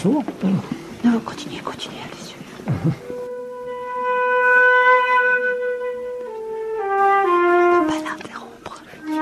Bonjour. Non, continuez, allez-y. Faut pas l'interrompre.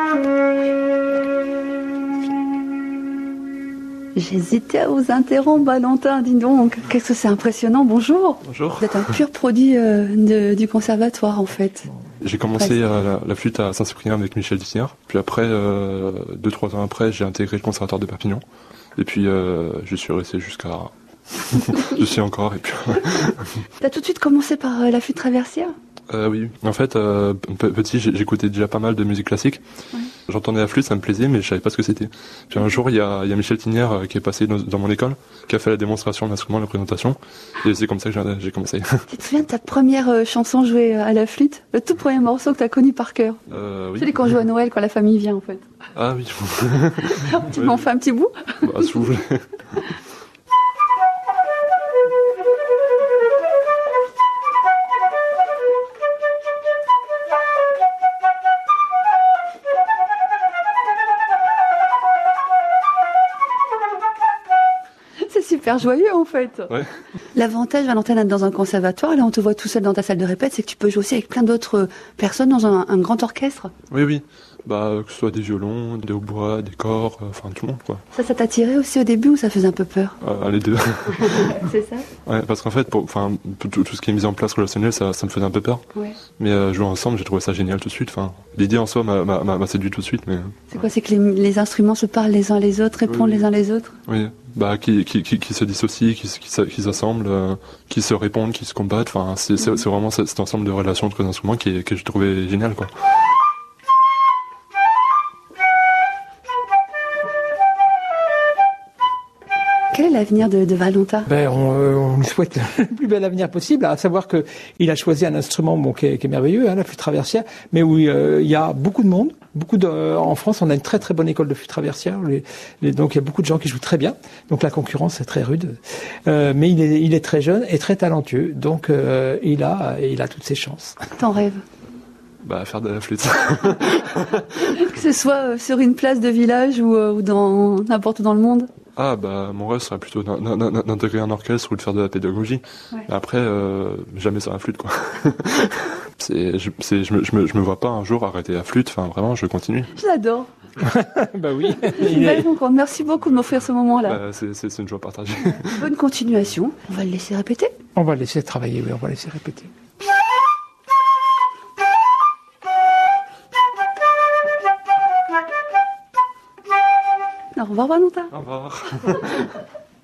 J'hésitais à vous interrompre, Valentin, dis donc. Qu'est-ce que c'est impressionnant, bonjour. Bonjour. Vous êtes un pur produit du conservatoire, en fait. J'ai commencé la flûte à Saint-Cyprien avec Michel Dussier. Puis après, 2-3 ans après, j'ai intégré le conservatoire de Perpignan. Et puis, je suis resté jusqu'à... je suis encore, et puis... T'as tout de suite commencé par la flûte traversière ? Oui. En fait, petit, j'écoutais déjà pas mal de musique classique. Ouais. J'entendais la flûte, ça me plaisait, mais je savais pas ce que c'était. Puis un jour, il y a Michel Tinière qui est passé dans mon école, qui a fait la démonstration de l'instrument, la présentation. Et c'est comme ça que j'ai commencé. Tu te souviens de ta première chanson jouée à la flûte ? Le tout premier morceau que t'as connu par cœur ? Oui. C'est quand on joue à Noël, quand la famille vient, en fait. Ah oui. Tu m'en fais un petit bout ? Bah, si vous voulez. Super joyeux en fait. Ouais. L'avantage, Valentin, d'être dans un conservatoire, là on te voit tout seul dans ta salle de répète, c'est que tu peux jouer aussi avec plein d'autres personnes dans un grand orchestre. Oui. Bah, que ce soit des violons, des hautbois, des corps, enfin tout le monde quoi. Ça t'attirait aussi au début ou ça faisait un peu peur ? Les deux. C'est ça ? Ouais, parce qu'en fait, tout ce qui est mis en place relationnel, ça me faisait un peu peur. Ouais. Mais jouer ensemble, j'ai trouvé ça génial tout de suite. Enfin, l'idée en soi m'a séduit tout de suite. Mais... C'est quoi ? C'est que les instruments se parlent les uns les autres, répondent les uns les autres ? Oui. Bah, qui se dissocient, qui s'assemblent, qui se répondent, qui se combattent. Enfin, c'est vraiment cet ensemble de relations entre les instruments que je trouvais génial, quoi. Quel est l'avenir de Valentin ? On lui souhaite le plus bel avenir possible, à savoir qu'il a choisi un instrument qui est merveilleux, la flûte traversière, mais où il y a beaucoup de monde. En France, on a une très très bonne école de flûte traversière, donc il y a beaucoup de gens qui jouent très bien. Donc la concurrence est très rude, mais il est très jeune et très talentueux, donc il a toutes ses chances. Ton rêve ? Bah, faire de la flûte. Que ce soit sur une place de village ou dans n'importe où dans le monde ? Ah bah mon rêve serait plutôt d'intégrer un orchestre ou de faire de la pédagogie. Ouais. Après jamais sur la flûte quoi. Je me vois pas un jour arrêter la flûte. Enfin vraiment je continue. Je l'adore. Bah oui. Une belle rencontre. Merci beaucoup de m'offrir ce moment-là. Bah, c'est une joie partagée. Bonne continuation. On va le laisser répéter. On va le laisser travailler. Oui, on va le laisser répéter. Au revoir Valentin. Au revoir.